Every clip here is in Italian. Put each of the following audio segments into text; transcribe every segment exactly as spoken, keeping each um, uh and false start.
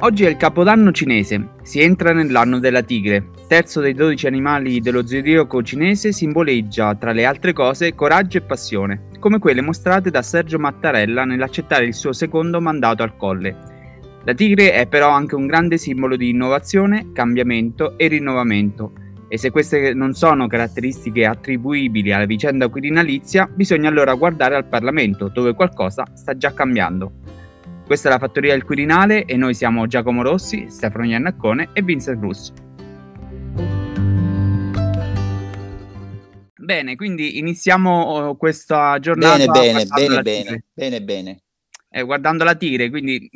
Oggi è il Capodanno cinese, si entra nell'anno della tigre. Terzo dei dodici animali dello zodiaco cinese, simboleggia, tra le altre cose, coraggio e passione, come quelle mostrate da Sergio Mattarella nell'accettare il suo secondo mandato al Colle. La tigre è però anche un grande simbolo di innovazione, cambiamento e rinnovamento. E se queste non sono caratteristiche attribuibili alla vicenda quirinalizia, bisogna allora guardare al Parlamento, dove qualcosa sta già cambiando. Questa è la Fattoria del Quirinale e noi siamo Giacomo Rossi, Stefano Iannaccone e Vincent Russo. Bene, quindi iniziamo questa giornata bene, bene, bene, bene, bene, bene. Eh, guardando la tigre, quindi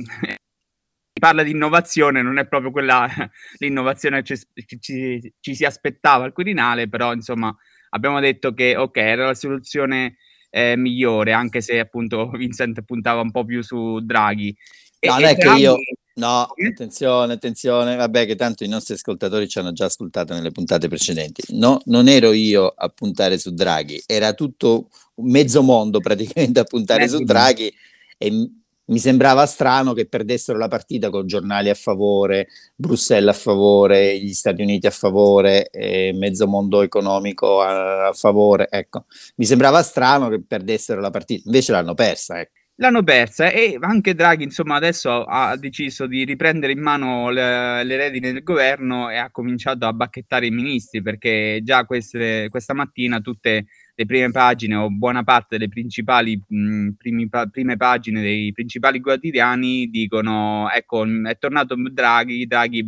si parla di innovazione, non è proprio quella l'innovazione che ci, ci, ci si aspettava al Quirinale, però insomma abbiamo detto che ok, era la soluzione eh, migliore, anche se appunto Vincent puntava un po' più su Draghi. E, no, non è Draghi... che io... No, eh? attenzione, attenzione, vabbè che tanto i nostri ascoltatori ci hanno già ascoltato nelle puntate precedenti. No, non ero io a puntare su Draghi, era tutto mezzo mondo praticamente a puntare mezzo su Draghi e mi sembrava strano che perdessero la partita con giornali a favore, Bruxelles a favore, gli Stati Uniti a favore, e mezzo mondo economico a, a favore. Ecco, mi sembrava strano che perdessero la partita, invece l'hanno persa. Ecco. L'hanno persa e anche Draghi, insomma, adesso ha deciso di riprendere in mano le, le redini del governo e ha cominciato a bacchettare i ministri, perché già queste, questa mattina tutte le prime pagine o buona parte delle principali mh, primi, pa, prime pagine dei principali quotidiani dicono ecco, è tornato Draghi, Draghi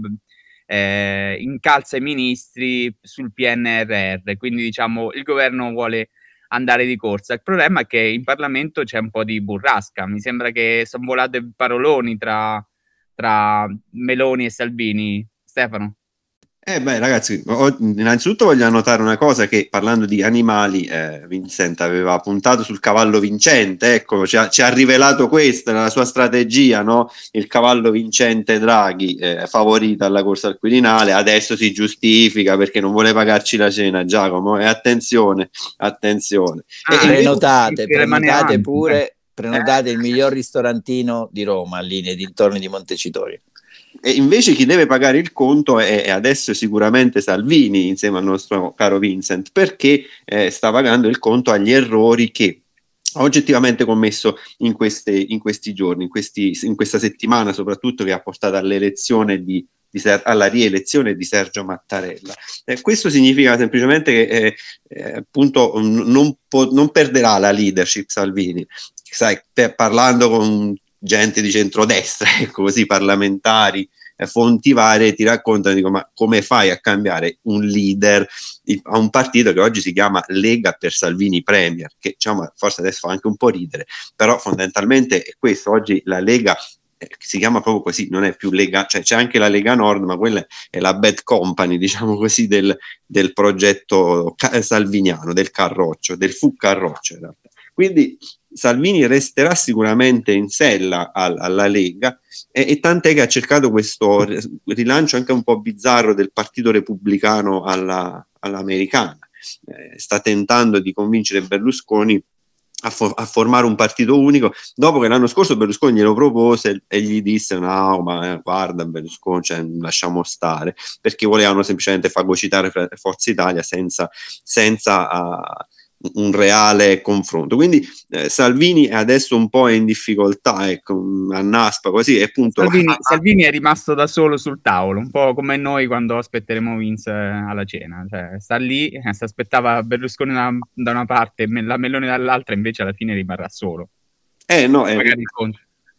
eh, incalza i ministri sul P N R R, quindi diciamo il governo vuole andare di corsa. Il problema è che in Parlamento c'è un po' di burrasca, mi sembra che sono volate paroloni tra, tra Meloni e Salvini. Stefano? Eh beh ragazzi, innanzitutto voglio annotare una cosa, che parlando di animali eh, Vincent aveva puntato sul cavallo vincente, ecco, ci ha, ci ha rivelato questa, la sua strategia, no? Il cavallo vincente Draghi, eh, favorito alla corsa al Quirinale, adesso si giustifica perché non vuole pagarci la cena, Giacomo, e attenzione, attenzione. Ah, e prenotate, prenotate pure, prenotate eh. il miglior ristorantino di Roma, lì nei dintorni di Montecitorio. E invece chi deve pagare il conto è, è adesso sicuramente Salvini, insieme al nostro caro Vincent, perché eh, sta pagando il conto agli errori che ha oggettivamente commesso in, queste, in questi giorni, in, questi, in questa settimana soprattutto, che ha portato all'elezione di, di Ser- alla rielezione di Sergio Mattarella. Eh, questo significa semplicemente che eh, eh, appunto non, po- non perderà la leadership Salvini. Sai, per, parlando con gente di centrodestra, ecco, così, parlamentari, eh, fonti varie, ti raccontano, dico, ma come fai a cambiare un leader a un partito che oggi si chiama Lega per Salvini Premier, che diciamo forse adesso fa anche un po' ridere, però fondamentalmente è questo, oggi la Lega eh, si chiama proprio così, non è più Lega, cioè c'è anche la Lega Nord, ma quella è la bad company, diciamo così, del, del progetto salviniano, del Carroccio, del fu Carroccio in realtà. Quindi Salvini resterà sicuramente in sella al, alla Lega e, e tant'è che ha cercato questo rilancio anche un po' bizzarro del Partito Repubblicano alla, all'americana. Eh, sta tentando di convincere Berlusconi a, fo- a formare un partito unico, dopo che l'anno scorso Berlusconi glielo propose e gli disse no ma eh, guarda Berlusconi, cioè, lasciamo stare, perché volevano semplicemente fagocitare Forza Italia senza, senza uh, un reale confronto. Quindi eh, Salvini è adesso un po' in difficoltà, ecco, a Naspa così, e appunto Salvini, Salvini è rimasto da solo sul tavolo, un po' come noi quando aspetteremo Vince alla cena, cioè sta lì, si aspettava Berlusconi da, da una parte e la Meloni dall'altra, invece alla fine rimarrà solo. Eh no, eh, magari il conto.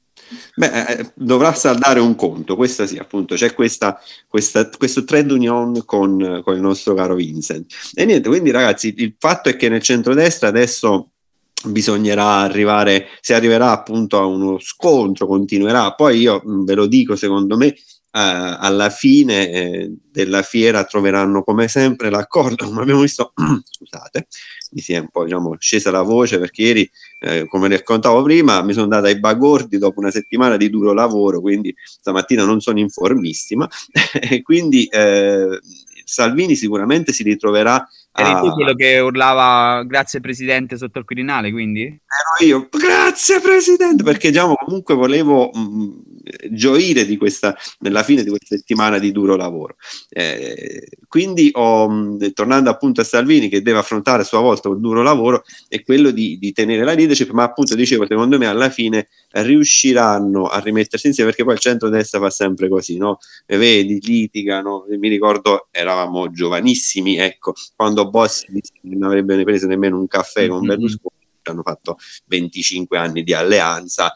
Beh, eh, dovrà saldare un conto, questa sì, appunto, c'è questa, questa, questo trade union con, con il nostro caro Vincent. E niente, quindi ragazzi, il fatto è che nel centrodestra adesso bisognerà arrivare, si arriverà appunto a uno scontro, continuerà, poi io ve lo dico, secondo me, Uh, alla fine eh, della fiera troveranno come sempre l'accordo, come abbiamo visto. Scusate, mi si è un po', diciamo, scesa la voce perché ieri, eh, come raccontavo prima, mi sono andata ai bagordi dopo una settimana di duro lavoro, quindi stamattina non sono informissima e quindi eh, Salvini sicuramente si ritroverà. Eri tu quello che urlava grazie presidente sotto il Quirinale, quindi? Ero io, grazie presidente, perché diciamo comunque volevo mh, gioire di questa, nella fine di questa settimana di duro lavoro. Eh, quindi ho, mh, tornando appunto a Salvini, che deve affrontare a sua volta un duro lavoro, è quello di, di tenere la leadership, ma appunto dicevo, secondo me alla fine riusciranno a rimettersi insieme, perché poi il centrodestra fa sempre così, no? E vedi, litigano. Mi ricordo, eravamo giovanissimi, ecco, quando Bossi non avrebbe preso nemmeno un caffè con Berlusconi, hanno fatto venticinque anni di alleanza.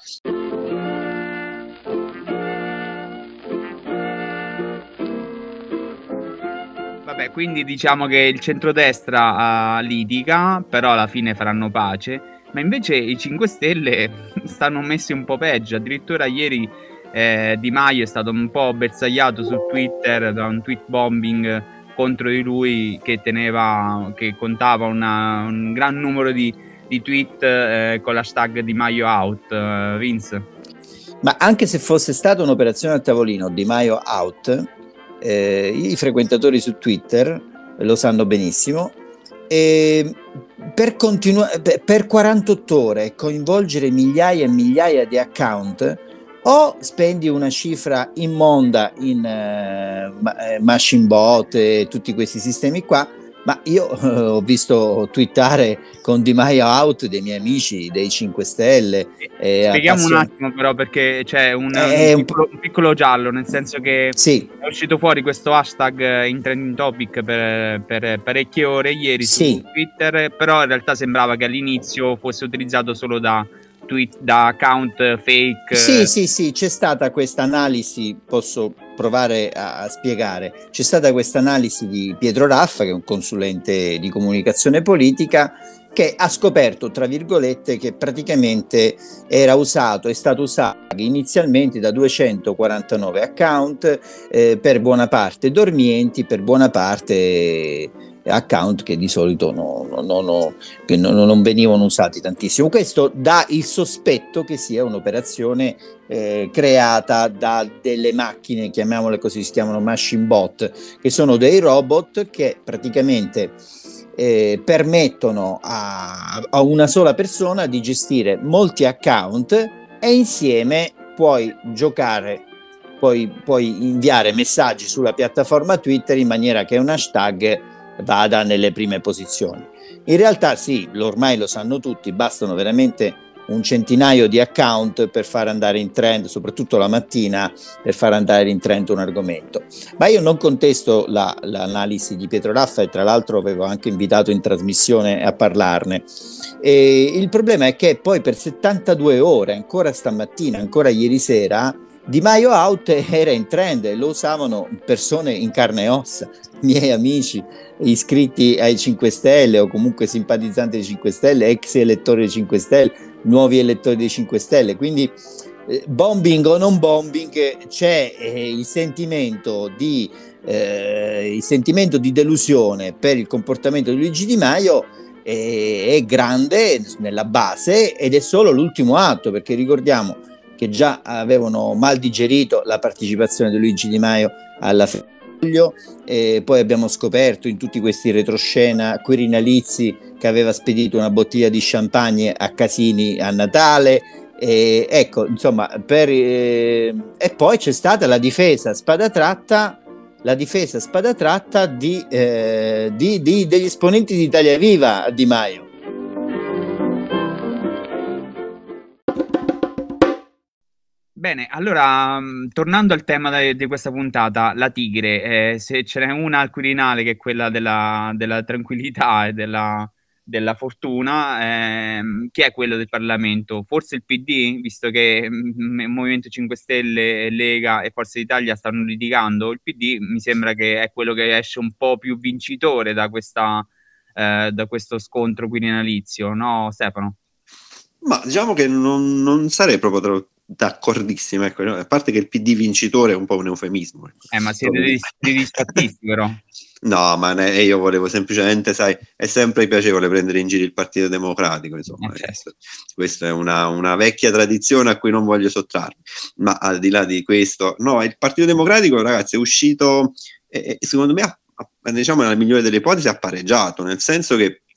Vabbè, quindi diciamo che il centrodestra uh, litiga, però alla fine faranno pace, ma invece i cinque Stelle stanno messi un po' peggio. Addirittura ieri eh, Di Maio è stato un po' bersagliato su Twitter da un tweet bombing contro di lui, che teneva, che contava una, un gran numero di, di tweet eh, con l'hashtag Di Maio out. uh, Vince? Ma anche se fosse stata un'operazione a tavolino, Di Maio out, eh, i frequentatori su Twitter lo sanno benissimo, e per, continu- per quarantotto ore coinvolgere migliaia e migliaia di account, o spendi una cifra immonda in eh, machine bot e tutti questi sistemi qua, ma io eh, ho visto twittare con Di Maio out dei miei amici dei cinque Stelle. Eh, Spieghiamo appassion- un attimo però, perché c'è un, è un, un, piccolo, un piccolo giallo, nel senso che sì. è uscito fuori questo hashtag in trending topic per, per parecchie ore ieri sì. su Twitter, però in realtà sembrava che all'inizio fosse utilizzato solo da tweet, da account fake. Sì, sì, sì, c'è stata questa analisi, posso provare a, a spiegare, c'è stata questa analisi di Pietro Raffa, che è un consulente di comunicazione politica, che ha scoperto, tra virgolette, che praticamente era usato, è stato usato inizialmente da duecentoquarantanove account, eh, per buona parte dormienti, per buona parte account che di solito no, no, no, no, che no, non venivano usati tantissimo. Questo dà il sospetto che sia un'operazione eh, creata da delle macchine, chiamiamole così, si chiamano machine bot, che sono dei robot che praticamente eh, permettono a, a una sola persona di gestire molti account, e insieme puoi giocare, puoi, puoi inviare messaggi sulla piattaforma Twitter in maniera che un hashtag vada nelle prime posizioni. In realtà sì, ormai lo sanno tutti, bastano veramente un centinaio di account per far andare in trend, soprattutto la mattina, per far andare in trend un argomento. Ma io non contesto la, l'analisi di Pietro Raffa, e tra l'altro avevo anche invitato in trasmissione a parlarne. E il problema è che poi per settantadue ore, ancora stamattina, ancora ieri sera, Di Maio out era in trend e lo usavano persone in carne e ossa, miei amici iscritti ai cinque Stelle o comunque simpatizzanti dei cinque Stelle, ex elettori dei cinque Stelle, nuovi elettori dei cinque Stelle. Quindi eh, bombing o non bombing, c'è eh, il sentimento di eh, il sentimento di delusione per il comportamento di Luigi Di Maio eh, è grande nella base, ed è solo l'ultimo atto, perché ricordiamo che già avevano mal digerito la partecipazione di Luigi Di Maio alla Foglio, e poi abbiamo scoperto in tutti questi retroscena Quirinalizi che aveva spedito una bottiglia di champagne a Casini a Natale, e ecco, insomma, per, eh, e poi c'è stata la difesa spada tratta la difesa spada tratta di, eh, di, di, degli esponenti di Italia Viva a Di Maio. Bene, allora, mh, tornando al tema de- di questa puntata, la tigre, eh, se ce n'è una al Quirinale, che è quella della, della tranquillità e della, della fortuna, ehm, chi è quello del Parlamento? Forse il P D, visto che mh, Movimento cinque Stelle, Lega e Forza Italia stanno litigando. Il P D mi sembra che è quello che esce un po' più vincitore da, questa, eh, da questo scontro quirinalizio, no Stefano? Ma diciamo che non, non sarei proprio tro- d'accordissimo, ecco, no? A parte che il P D vincitore è un po' un eufemismo. Eh, ma siete dei, dei disfattisti, però. No, ma ne, io volevo semplicemente, sai, è sempre piacevole prendere in giro il Partito Democratico, insomma, Eh, certo. questa è una, una vecchia tradizione a cui non voglio sottrarmi. Ma al di là di questo, no, il Partito Democratico, ragazzi, è uscito, eh, secondo me, a, a, diciamo, nella migliore delle ipotesi, ha pareggiato, nel senso che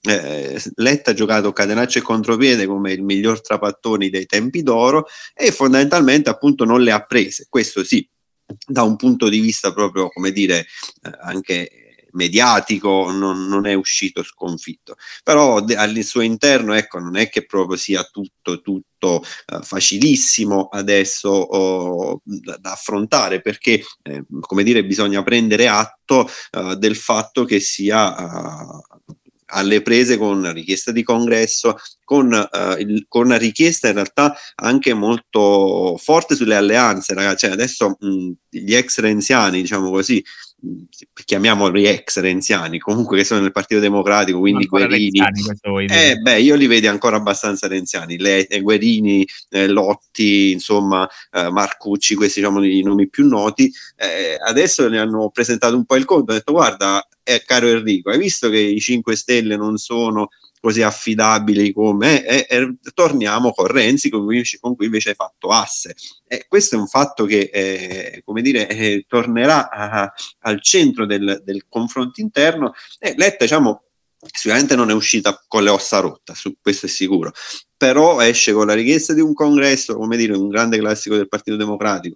eh, Letta ha giocato catenaccio e contropiede come il miglior Trapattoni dei tempi d'oro e fondamentalmente appunto non le ha prese, questo sì, da un punto di vista proprio, come dire, eh, anche mediatico non, non è uscito sconfitto, però de- al suo interno, ecco, non è che proprio sia tutto tutto uh, facilissimo adesso oh, da, da affrontare, perché eh, come dire, bisogna prendere atto uh, del fatto che sia uh, alle prese con richiesta di congresso, con, uh, il, con una richiesta in realtà anche molto forte sulle alleanze, ragazzi. Cioè, adesso mh, gli ex renziani, diciamo così, chiamiamoli ex renziani, comunque che sono nel Partito Democratico, quindi Guerini, renziani, eh, beh, io li vedo ancora abbastanza renziani, Le, eh, Guerini, eh, Lotti, insomma, eh, Marcucci, questi diciamo i nomi più noti, eh, adesso ne hanno presentato un po' il conto, hanno detto guarda, eh, caro Enrico, hai visto che i cinque Stelle non sono così affidabili come eh, eh, torniamo con Renzi con cui, con cui invece hai fatto asse. Eh, questo è un fatto che eh, come dire eh, tornerà a, al centro del, del confronto interno. eh, Letta, diciamo, sicuramente non è uscita con le ossa rotte, su questo è sicuro, però esce con la richiesta di un congresso, come dire, un grande classico del Partito Democratico,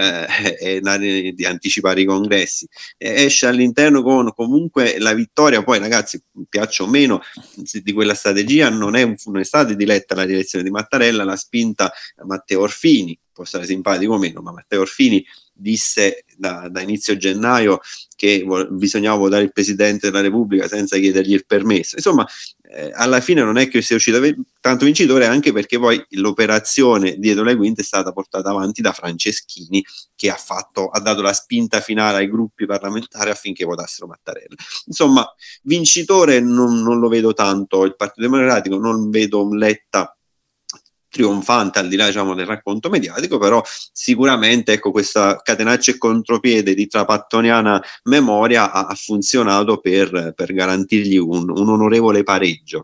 eh, eh, di anticipare i congressi, eh, esce all'interno con comunque la vittoria, poi ragazzi, piaccia o meno, di quella strategia non è, un, non è stata diretta la direzione di Mattarella, l'ha spinta Matteo Orfini, può essere simpatico o meno, ma Matteo Orfini disse da, da inizio gennaio che vo- bisognava votare il Presidente della Repubblica senza chiedergli il permesso. Insomma, eh, alla fine non è che sia uscito v- tanto vincitore, anche perché poi l'operazione dietro le quinte è stata portata avanti da Franceschini, che ha, fatto, ha dato la spinta finale ai gruppi parlamentari affinché votassero Mattarella. Insomma, vincitore non, non lo vedo tanto il Partito Democratico, non vedo un Letta trionfante al di là, diciamo, del racconto mediatico, però sicuramente ecco, questa catenaccio e contropiede di trapattoniana memoria ha, ha funzionato per, per garantirgli un, un onorevole pareggio.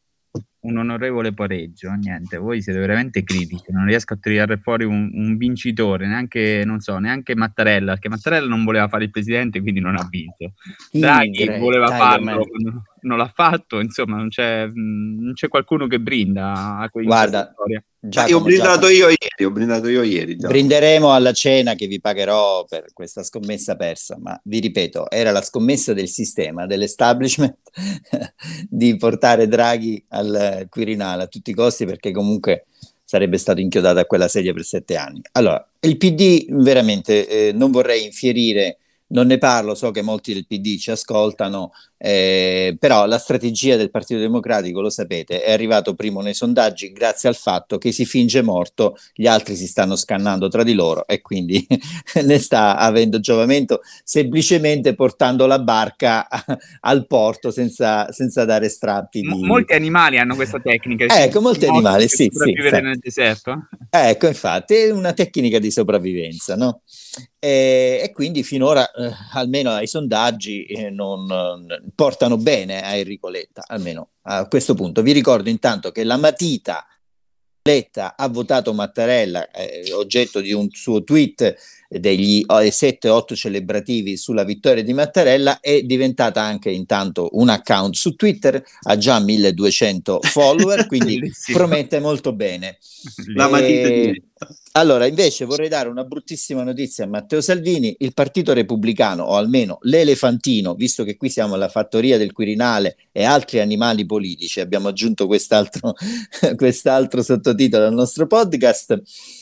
Un onorevole pareggio, niente, voi siete veramente critici, non riesco a tirare fuori un, un vincitore, neanche, non so, neanche Mattarella, perché Mattarella non voleva fare il presidente, quindi non ha vinto. Draghi voleva farlo, non l'ha fatto, insomma, non c'è, non c'è qualcuno che brinda a quei Guarda, storia. Giacomo, io ho brindato Giacomo. io ieri, ho brindato io ieri. Giacomo. Brinderemo alla cena che vi pagherò per questa scommessa persa, ma vi ripeto, era la scommessa del sistema, dell'establishment di portare Draghi al Quirinale a tutti i costi, perché comunque sarebbe stato inchiodato a quella sedia per sette anni. Allora, il P D veramente eh, non vorrei infierire, non ne parlo, so che molti del P D ci ascoltano, eh, però la strategia del Partito Democratico, lo sapete, è arrivato primo nei sondaggi grazie al fatto che si finge morto, gli altri si stanno scannando tra di loro e quindi ne sta avendo giovamento, semplicemente portando la barca al porto senza, senza dare strappi di... M- molti animali hanno questa tecnica. Ecco, molti animali, sì, sì. Sopravvivere nel deserto. Ecco, infatti, è una tecnica di sopravvivenza, no? E, e quindi finora, eh, almeno ai sondaggi, eh, non, non portano bene a Enrico Letta, almeno a questo punto. Vi ricordo intanto che la matita Letta ha votato Mattarella, eh, oggetto di un suo tweet degli eh, sette otto celebrativi sulla vittoria di Mattarella, è diventata anche intanto un account su Twitter, ha già milleduecento follower, quindi promette molto bene. La matita di Letta. Allora, invece vorrei dare una bruttissima notizia a Matteo Salvini: il Partito Repubblicano, o almeno l'elefantino, visto che qui siamo alla fattoria del Quirinale e altri animali politici, abbiamo aggiunto quest'altro, quest'altro sottotitolo al nostro podcast,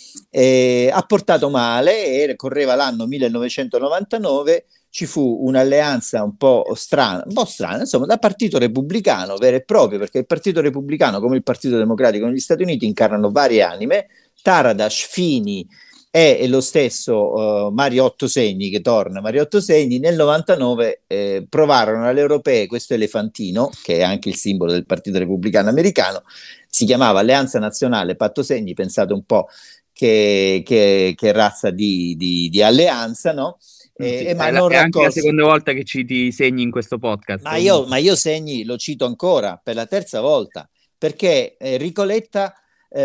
eh, ha portato male e correva l'anno millenovecentonovantanove, ci fu un'alleanza un po' strana, un po' strana, insomma, da Partito Repubblicano vero e proprio, perché il Partito Repubblicano, come il Partito Democratico negli Stati Uniti, incarnano varie anime. Taradas, Fini e lo stesso uh, Mariotto Segni, che torna, Mariotto Segni, nel novantanove eh, provarono alle europee questo elefantino, che è anche il simbolo del Partito Repubblicano americano, si chiamava Alleanza Nazionale Patto Segni, pensate un po' che, che, che razza di, di, di alleanza, no? Eh, sì, ma è, non la, è anche la seconda volta che citi Segni in questo podcast. Ma io, ma io Segni lo cito ancora per la terza volta, perché Enrico Letta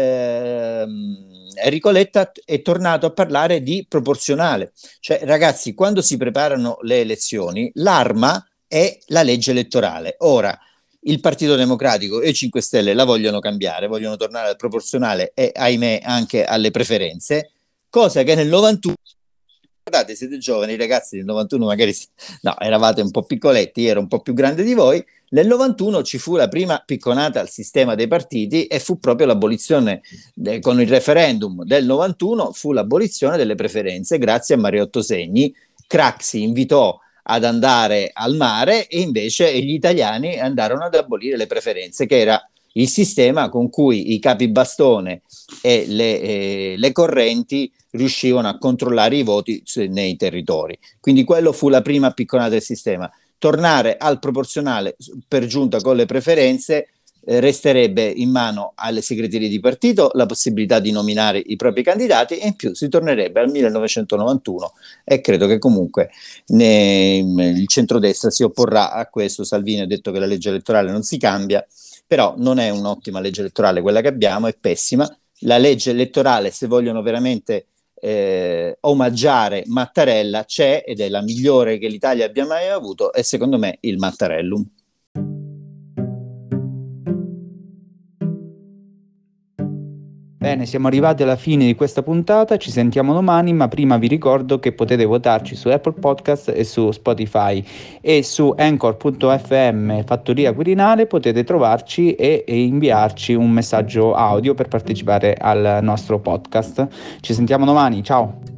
Eh, Enrico Letta è tornato a parlare di proporzionale. Cioè, ragazzi, quando si preparano le elezioni, l'arma è la legge elettorale. Ora, Il Partito Democratico e i cinque Stelle la vogliono cambiare, vogliono tornare al proporzionale e ahimè anche alle preferenze, cosa che nel novantuno, guardate, siete giovani, i ragazzi del novantuno magari no, eravate un po' piccoletti, io ero un po' più grande di voi. Nel novantuno ci fu la prima picconata al sistema dei partiti e fu proprio l'abolizione, de, con il referendum del novantuno, fu l'abolizione delle preferenze grazie a Mariotto Segni. Craxi invitò ad andare al mare e invece gli italiani andarono ad abolire le preferenze, che era il sistema con cui i capibastone e le, eh, le correnti riuscivano a controllare i voti nei territori. Quindi quello fu la prima picconata del sistema. Tornare al proporzionale per giunta con le preferenze eh, resterebbe in mano alle segreterie di partito la possibilità di nominare i propri candidati e in più si tornerebbe al millenovecentonovantuno e credo che comunque ne, il centrodestra si opporrà a questo. Salvini ha detto che la legge elettorale non si cambia, però non è un'ottima legge elettorale quella che abbiamo, è pessima. La legge elettorale, se vogliono veramente eh, omaggiare Mattarella, c'è ed è la migliore che l'Italia abbia mai avuto, e secondo me il Mattarellum. Bene, siamo arrivati alla fine di questa puntata, ci sentiamo domani, ma prima vi ricordo che potete votarci su Apple Podcast e su Spotify, e su Anchor punto effe emme Fattoria Quirinale potete trovarci e, e inviarci un messaggio audio per partecipare al nostro podcast. Ci sentiamo domani, ciao!